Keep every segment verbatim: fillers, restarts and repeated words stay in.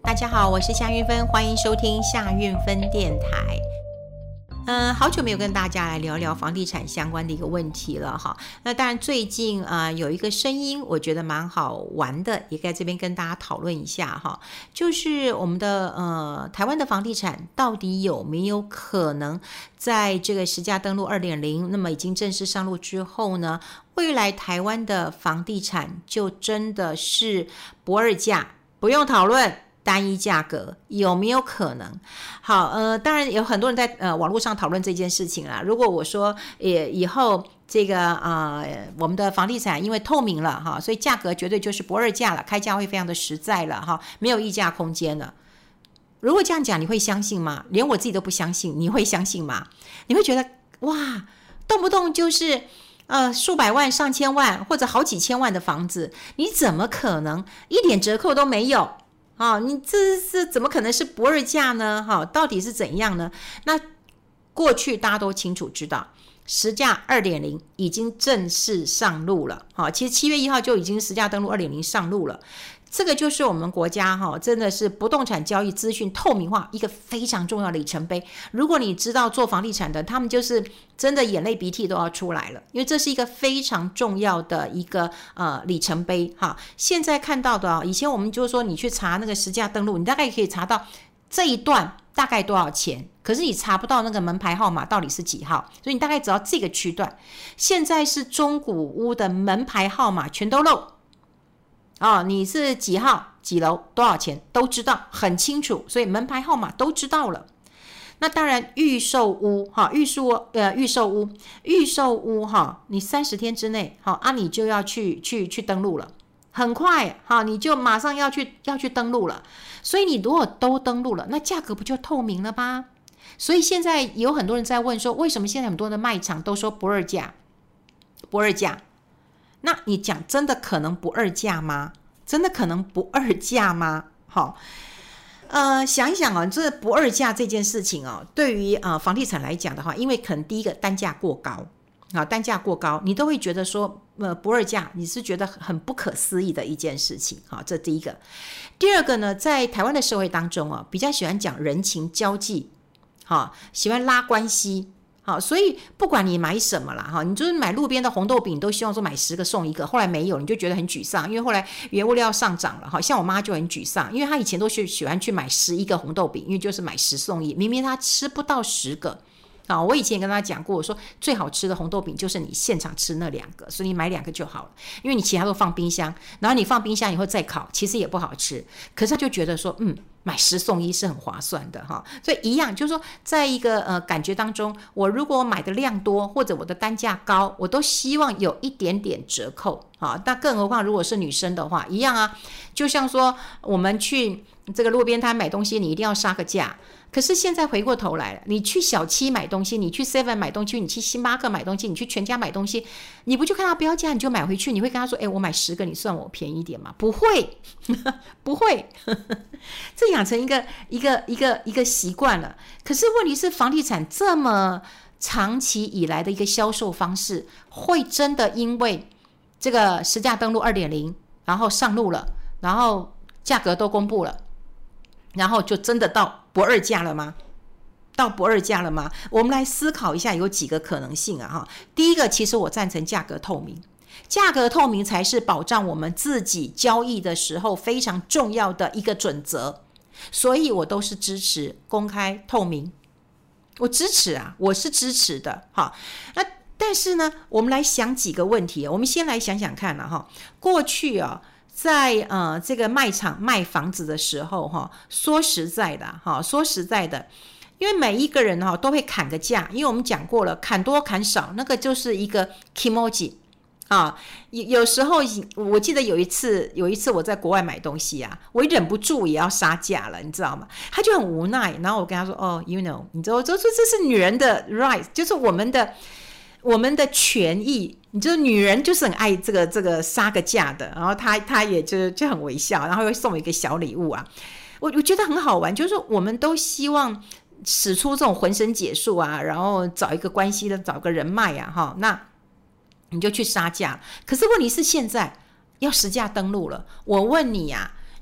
大家好，我是夏运芬，欢迎收听夏运芬电台。嗯，好久没有跟大家来聊聊房地产相关的一个问题了哈。那当然最近啊、呃、有一个声音，我觉得蛮好玩的，也在这边跟大家讨论一下哈。就是我们的呃台湾的房地产到底有没有可能在这个实价登录 二点零 那么已经正式上路之后呢，未来台湾的房地产就真的是不二价，不用讨论单一价格有没有可能？好，呃，当然有很多人在呃网络上讨论这件事情啦。如果我说，也以后这个啊、呃，我们的房地产因为透明了哈，所以价格绝对就是不二价了，开价会非常的实在了哈，没有议价空间了。如果这样讲，你会相信吗？连我自己都不相信，你会相信吗？你会觉得哇，动不动就是呃数百万、上千万或者好几千万的房子，你怎么可能一点折扣都没有？哦，你这是怎么可能是不二价呢？哈、哦，到底是怎样呢？那过去大家都清楚知道，实价 二点零 已经正式上路了。哈、哦，其实七月一号就已经实价登录 二点零 上路了。这个就是我们国家哈、哦，真的是不动产交易资讯透明化一个非常重要的里程碑。如果你知道做房地产的，他们就是真的眼泪鼻涕都要出来了，因为这是一个非常重要的一个呃里程碑哈。现在看到的、哦，以前我们就是说你去查那个实价登录，你大概可以查到这一段大概多少钱，可是你查不到那个门牌号码到底是几号，所以你大概只要这个区段。现在是中古屋的门牌号码全都漏。哦，你是几号几楼多少钱都知道很清楚，所以门牌号码都知道了。那当然预售屋哈，预售呃预售屋预售屋哈，你三十天之内好啊，你就要去去去登录了，很快哈，你就马上要去要去登录了。所以你如果都登录了，那价格不就透明了吗？所以现在有很多人在问说，为什么现在很多的卖场都说不二价，不二价？那你讲真的可能不二价吗？真的可能不二价吗？好，呃，想一想哦，这不二价这件事情哦，对于呃房地产来讲的话，因为可能第一个单价过高啊，单价过高，你都会觉得说，呃，不二价，你是觉得很不可思议的一件事情，好，这第一个。第二个呢，在台湾的社会当中啊，比较喜欢讲人情交际，好，喜欢拉关系。好，所以不管你买什么啦，哈，你就是买路边的红豆饼，都希望说买十个送一个，后来没有，你就觉得很沮丧，因为后来原物料上涨了，哈，像我妈就很沮丧，因为她以前都是喜欢去买十一个红豆饼，因为就是买十送一，明明她吃不到十个。啊，我以前也跟他讲过，我说最好吃的红豆饼就是你现场吃那两个，所以你买两个就好了，因为你其他都放冰箱，然后你放冰箱以后再烤，其实也不好吃。可是他就觉得说，嗯，买十送一是很划算的哈，所以一样就是说，在一个呃感觉当中，我如果买的量多或者我的单价高，我都希望有一点点折扣啊。那更何况如果是女生的话，一样啊，就像说我们去这个路边摊买东西，你一定要杀个价。可是现在回过头来了，你去小七买东西，你去 seven 买东西，你去星巴克买东西，你去全家买东西，你不就看到标价你就买回去？你会跟他说：“哎，我买十个，你算我便宜一点吗？”不会，不会，这养成一个一个一个一个习惯了。可是问题是，房地产这么长期以来的一个销售方式，会真的因为这个实价登录 二点零， 然后上路了，然后价格都公布了，然后就真的到不二价了吗？到不二价了吗？我们来思考一下，有几个可能性啊哈。第一个，其实我赞成价格透明，价格透明才是保障我们自己交易的时候非常重要的一个准则，所以我都是支持公开透明，我支持啊，我是支持的哈。那但是呢，我们来想几个问题，我们先来想想看了哈。过去啊，在呃这个卖场卖房子的时候哈，说实在的哈，说实在的，因为每一个人哈都会砍个价，因为我们讲过了，砍多砍少，那个就是一个 kimoji 啊。有时候我记得有一次，有一次我在国外买东西啊，我忍不住也要杀价了，你知道吗？他就很无奈，然后我跟他说：“哦 ，you know， 你知道，这这是女人的 right， 就是我们的。”我们的权益，你知道女人就是很爱这个这个杀个价的，然后她她也就就很微笑，然后会送我一个小礼物啊，我我觉得很好玩，就是我们都希望使出这种浑身解数啊，然后找一个关系的，找个人脉啊，哈，那你就去杀价。可是问题是现在要实价登录了，我问你啊，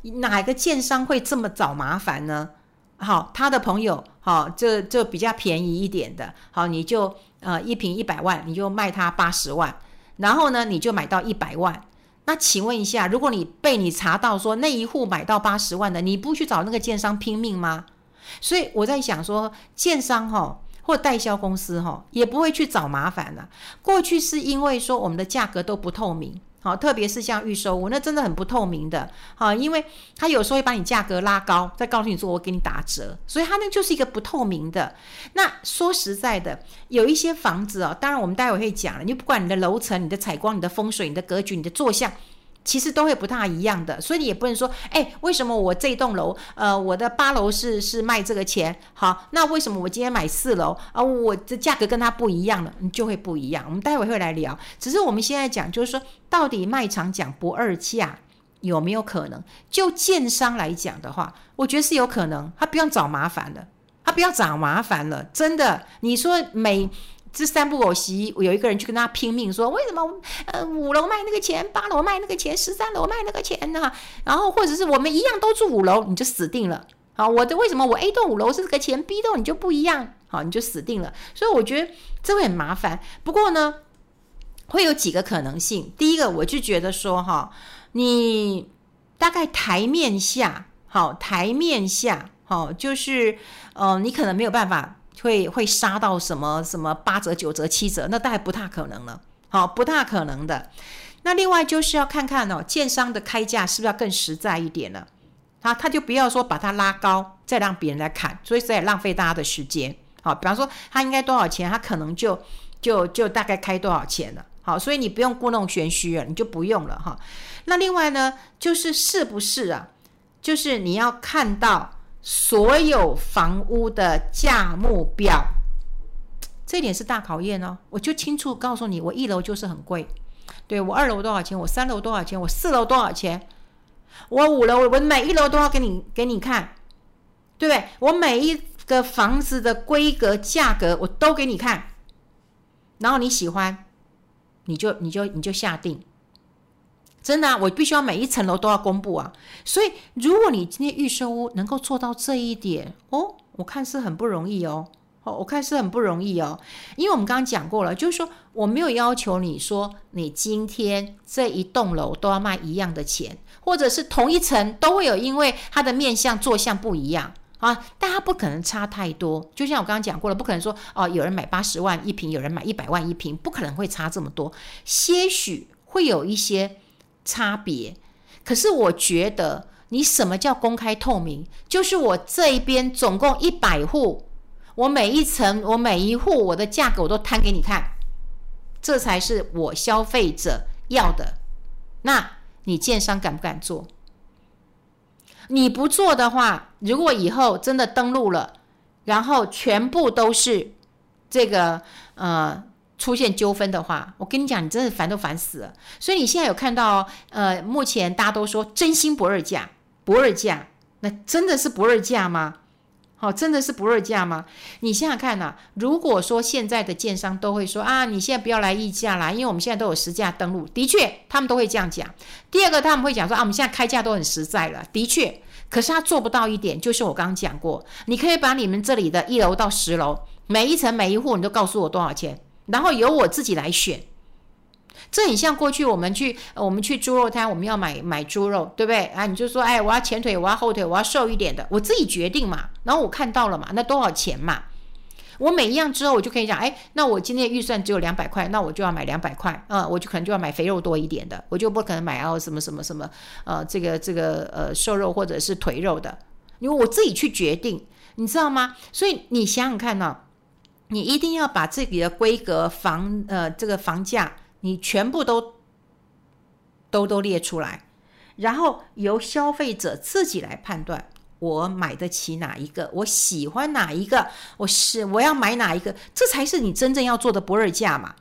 哪个建商会这么找麻烦呢？好，他的朋友好，这这比较便宜一点的，好，你就呃一坪一百万，你就卖他八十万，然后呢你就买到一百万。那请问一下，如果你被你查到说那一户买到八十万的，你不去找那个建商拼命吗？所以我在想说，建商哈或代销公司哈也不会去找麻烦了。过去是因为说我们的价格都不透明。好，特别是像预售屋，那真的很不透明的。好，因为他有时候会把你价格拉高，再告诉你说我给你打折，所以他那就是一个不透明的。那说实在的，有一些房子哦，当然我们待会会讲了，你不管你的楼层、你的采光、你的风水、你的格局、你的坐向，其实都会不大一样的，所以你也不能说，哎，为什么我这栋楼，呃，我的八楼是是卖这个钱，好，那为什么我今天买四楼啊，我的价格跟它不一样了，你就会不一样。我们待会会来聊，只是我们现在讲，就是说，到底卖场讲不二价有没有可能？就建商来讲的话，我觉得是有可能，他不用找麻烦了，他不要找麻烦了，真的，你说每。这三不狗席有一个人去跟他拼命说，为什么呃五楼卖那个钱，八楼卖那个钱，十三楼卖那个钱呢？然后或者是我们一样都住五楼，你就死定了。好，我的为什么我 A 栋五楼是这个钱 ，B 栋你就不一样？好，你就死定了。所以我觉得这会很麻烦。不过呢，会有几个可能性。第一个，我就觉得说哈，你大概台面下，好，台面下，好，就是呃，你可能没有办法。会会杀到什么什么八折九折七折，那大概不大可能了，好，不大可能的。那另外就是要看看哦，建商的开价是不是要更实在一点了，他他就不要说把它拉高，再让别人来砍，所以这也浪费大家的时间。好，比方说他应该多少钱，他可能就就就大概开多少钱了。好，所以你不用故弄玄虚了，你就不用了哈。那另外呢，就是是不是啊？就是你要看到。所有房屋的价目表，这点是大考验哦。我就清楚告诉你，我一楼就是很贵，对，我二楼多少钱，我三楼多少钱，我四楼多少钱，我五楼，我每一楼都要给你给你看，对不对？我每一个房子的规格、价格我都给你看，然后你喜欢，你就你就你就下定。真的啊，我必须要每一层楼都要公布啊，所以如果你今天预售屋能够做到这一点哦，我看是很不容易哦，哦，我看是很不容易哦，因为我们刚刚讲过了，就是说我没有要求你说你今天这一栋楼都要卖一样的钱，或者是同一层都会有，因为它的面向坐向不一样啊，但它不可能差太多。就像我刚刚讲过了，不可能说哦，有人买八十万一坪，有人买一百万一坪，不可能会差这么多，些许会有一些。差别，可是我觉得你什么叫公开透明？就是我这一边总共一百户，我每一层我每一户我的价格我都摊给你看，这才是我消费者要的。那你建商敢不敢做？你不做的话，如果以后真的登录了，然后全部都是这个呃。出现纠纷的话，我跟你讲，你真的烦都烦死了。所以你现在有看到，呃，目前大家都说真心不二价，不二价，那真的是不二价吗？好、哦，真的是不二价吗？你想想看啊，如果说现在的建商都会说啊，你现在不要来议价啦，因为我们现在都有实价登录，的确，他们都会这样讲。第二个，他们会讲说啊，我们现在开价都很实在了，的确，可是他做不到一点，就是我刚刚讲过，你可以把你们这里的一楼到十楼，每一层每一户，你都告诉我多少钱。然后由我自己来选，这很像过去我们去我们去猪肉摊，我们要买买猪肉，对不对啊？你就说，哎，我要前腿，我要后腿，我要瘦一点的，我自己决定嘛。然后我看到了嘛，那多少钱嘛？我每一样之后，我就可以讲，哎，那我今天的预算只有两百块，那我就要买两百块，嗯，我就可能就要买肥肉多一点的，我就不可能买哦什么什么什么，呃，这个这个呃瘦肉或者是腿肉的，因为我自己去决定，你知道吗？所以你想想看呢、啊。你一定要把自己的规格房呃这个房价你全部都都都列出来，然后由消费者自己来判断我买得起哪一个，我喜欢哪一个，我是我要买哪一个，这才是你真正要做的不二价嘛，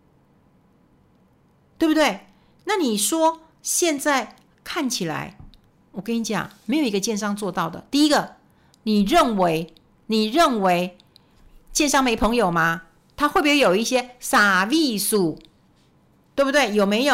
对不对？那你说现在看起来，我跟你讲，没有一个建商做到的。第一个，你认为你认为建商没朋友吗？他会不会有一些傻秘书，对不对？有没有？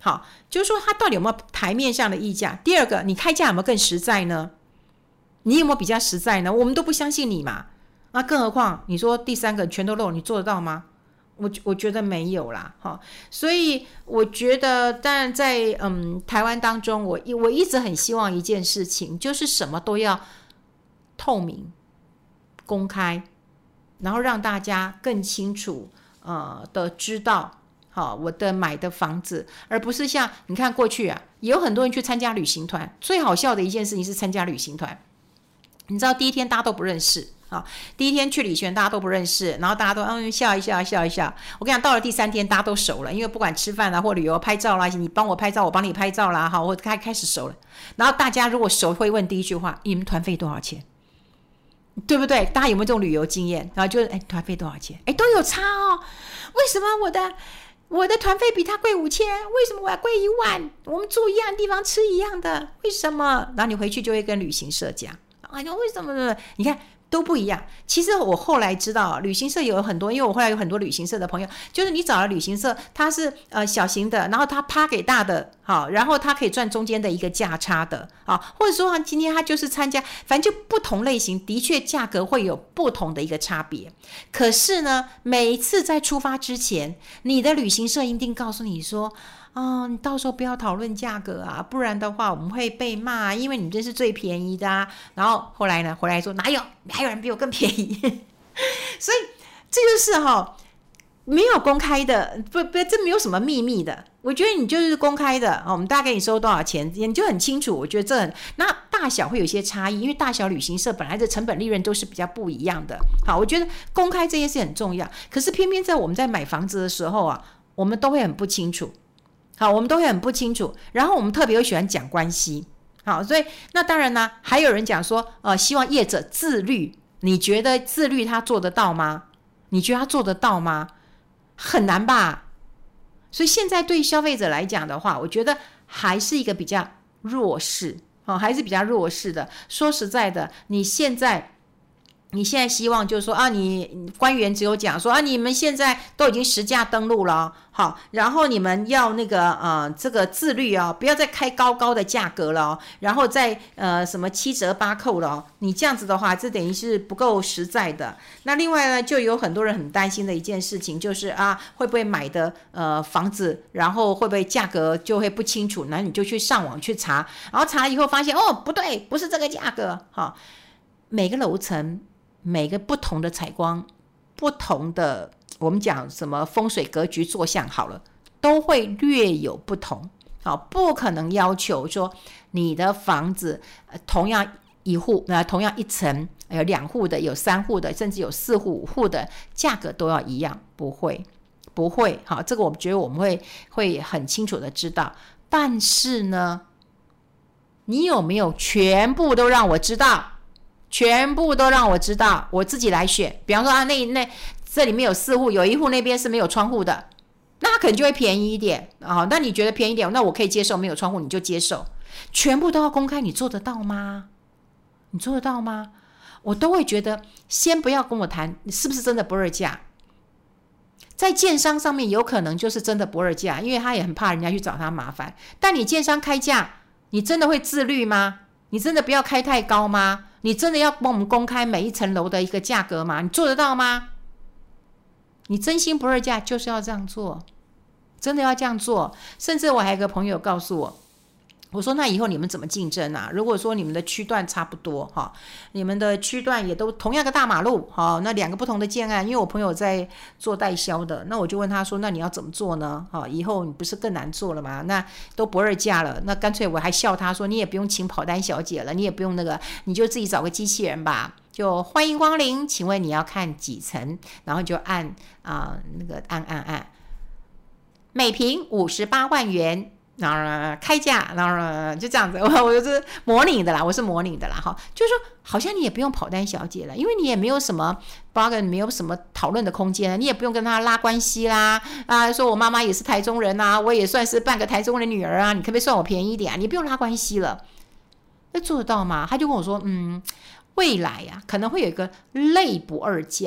好，就是说它到底有没有台面上的议价？第二个，你开价有没有更实在呢？你有没有比较实在呢？我们都不相信你嘛，那更何况你说第三个全都漏，你做得到吗？我我觉得没有啦，哈，所以我觉得，当然在嗯台湾当中，我我一直很希望一件事情，就是什么都要透明、公开，然后让大家更清楚呃的知道，好我的买的房子，而不是像你看过去啊，也有很多人去参加旅行团，最好笑的一件事情是参加旅行团，你知道第一天大家都不认识。第一天去旅行大家都不认识，然后大家都嗯笑一笑笑一笑。我跟你讲，到了第三天大家都熟了，因为不管吃饭啦或旅游拍照啦，你帮我拍照我帮你拍照啦，好，我开开始熟了。然后大家如果熟会问第一句话，你们团费多少钱？对不对？大家有没有这种旅游经验？然后就是哎团费多少钱？哎都有差哦。为什么我的我的团费比他贵五千？为什么我要贵一万？我们住一样的地方吃一样的，为什么？然后你回去就会跟旅行社讲，哎呦为什么？你看。都不一样。其实我后来知道，旅行社有很多，因为我后来有很多旅行社的朋友，就是你找了旅行社，它是呃小型的，然后它趴给大的，好，然后它可以赚中间的一个价差的，好，或者说今天它就是参加，反正就不同类型，的确价格会有不同的一个差别。可是呢，每一次在出发之前，你的旅行社一定告诉你说。哦，你到时候不要讨论价格啊，不然的话我们会被骂，因为你这是最便宜的啊。然后后来呢，回来说哪有，还有人比我更便宜，所以这就是哈、哦，没有公开的，不不，这没有什么秘密的。我觉得你就是公开的，哦、我们大概给你收多少钱，你就很清楚。我觉得这很，那大小会有一些差异，因为大小旅行社本来的成本利润都是比较不一样的。好，我觉得公开这件事很重要。可是偏偏在我们在买房子的时候啊，我们都会很不清楚。好，我们都会很不清楚，然后我们特别会喜欢讲关系。好，所以那当然呢，还有人讲说，呃，希望业者自律。你觉得自律他做得到吗？你觉得他做得到吗？很难吧。所以现在对消费者来讲的话，我觉得还是一个比较弱势，哦，还是比较弱势的。说实在的，你现在。你现在希望就是说啊，你官员只有讲说啊，你们现在都已经实价登录了，好，然后你们要那个呃这个自律啊、哦，不要再开高高的价格了、哦，然后再呃什么七折八扣了、哦，你这样子的话，这等于是不够实在的。那另外呢，就有很多人很担心的一件事情就是啊，会不会买的呃房子，然后会不会价格就会不清楚，那你就去上网去查，然后查了以后发现哦不对，不是这个价格，好，每个楼层。每个不同的采光，不同的我们讲什么风水格局坐向好了，都会略有不同。好，不可能要求说你的房子、呃、同样一户、呃、同样一层有两户的，有三户的，甚至有四户、五户的，价格都要一样，不会，不会。好，这个我们觉得我们会会很清楚的知道。但是呢，你有没有全部都让我知道？全部都让我知道，我自己来选。比方说啊，那那这里面有四户，有一户那边是没有窗户的，那它可能就会便宜一点啊。那你觉得便宜一点，那我可以接受，没有窗户你就接受。全部都要公开，你做得到吗？你做得到吗？我都会觉得，先不要跟我谈是不是真的不二价。在建商上面有可能就是真的不二价，因为他也很怕人家去找他麻烦。但你建商开价，你真的会自律吗？你真的不要开太高吗？你真的要帮我们公开每一层楼的一个价格吗？你做得到吗？你真心不二价就是要这样做，真的要这样做。甚至我还有个朋友告诉我，我说那以后你们怎么竞争啊？如果说你们的区段差不多哈，你们的区段也都同样的大马路，好，那两个不同的建案，因为我朋友在做代销的，那我就问他说，那你要怎么做呢？好，以后你不是更难做了吗？那都不二价了，那干脆我还笑他说，你也不用请跑单小姐了，你也不用那个，你就自己找个机器人吧，就欢迎光临，请问你要看几层？然后就按啊、呃、那个按按按，每平五十八万元。然后开价，然后就这样子，我我就是模拟的啦，我是模拟的啦，哈，就是说好像你也不用跑单小姐了，因为你也没有什么 bug， 没有什么讨论的空间，你也不用跟他拉关系啦，啊，说我妈妈也是台中人啊，我也算是半个台中人的女儿啊，你可不可以算我便宜一点啊？你不用拉关系了，那做得到吗？他就跟我说，嗯，未来啊可能会有一个类不二价。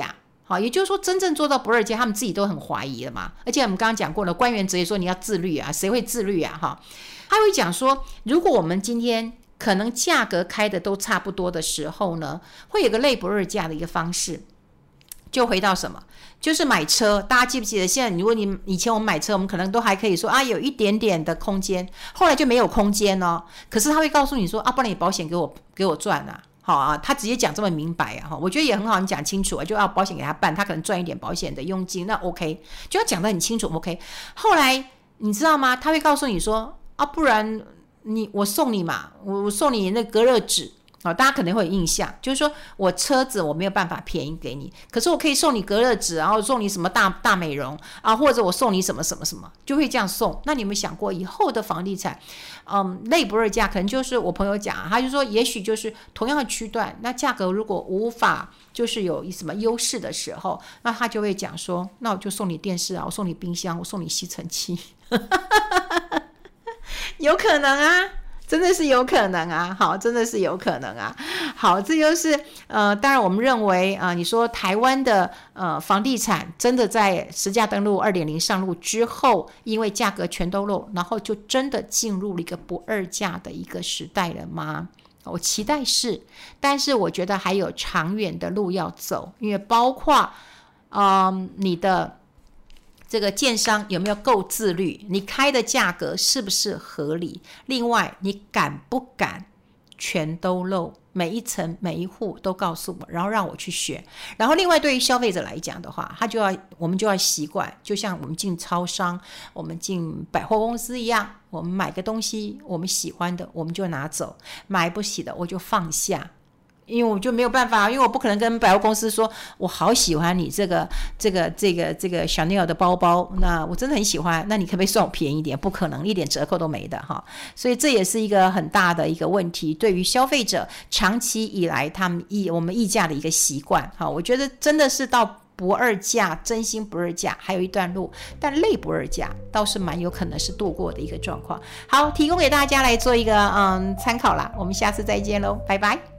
好，也就是说真正做到不二价他们自己都很怀疑了嘛。而且我们刚刚讲过了，官员直接说你要自律啊，谁会自律啊？哈，他会讲说，如果我们今天可能价格开的都差不多的时候呢，会有个类不二价的一个方式，就回到什么？就是买车，大家记不记得？现在如果你以前我们买车，我们可能都还可以说啊，有一点点的空间，后来就没有空间哦。可是他会告诉你说啊，不然你保险给我给我赚啊，好啊，他直接讲这么明白啊，我觉得也很好，你讲清楚啊，就要保险给他办，他可能赚一点保险的佣金，那 OK， 就要讲得很清楚 OK。后来你知道吗？他会告诉你说啊，不然你我送你嘛，我送你那隔热纸。哦、大家可能会有印象，就是说我车子我没有办法便宜给你，可是我可以送你隔热纸，然后送你什么大大美容啊，或者我送你什么什么什么，就会这样送。那你有没有想过以后的房地产，嗯，类不二价可能就是我朋友讲、啊，他就说也许就是同样的区段，那价格如果无法就是有什么优势的时候，那他就会讲说，那我就送你电视啊，我送你冰箱，我送你吸尘器，有可能啊。真的是有可能啊，好，真的是有可能啊，好，这就是呃，当然我们认为啊、呃，你说台湾的呃房地产真的在实价登录 二点零 上路之后，因为价格全都漏，然后就真的进入了一个不二价的一个时代了吗？我期待是，但是我觉得还有长远的路要走，因为包括呃你的。这个建商有没有够自律？你开的价格是不是合理？另外，你敢不敢全都漏？每一层每一户都告诉我，然后让我去选。然后，另外对于消费者来讲的话，他就要我们就要习惯，就像我们进超商、我们进百货公司一样，我们买个东西，我们喜欢的我们就拿走，买不起的我就放下。因为我就没有办法，因为我不可能跟百货公司说我好喜欢你这个这个这个这个 Chanel 的包包，那我真的很喜欢，那你可不可以算我便宜一点？不可能，一点折扣都没的哈。所以这也是一个很大的一个问题，对于消费者长期以来他们议我们议价的一个习惯哈。我觉得真的是到不二价，真心不二价还有一段路，但类不二价倒是蛮有可能是度过的一个状况。好，提供给大家来做一个嗯参考啦，我们下次再见喽，拜拜。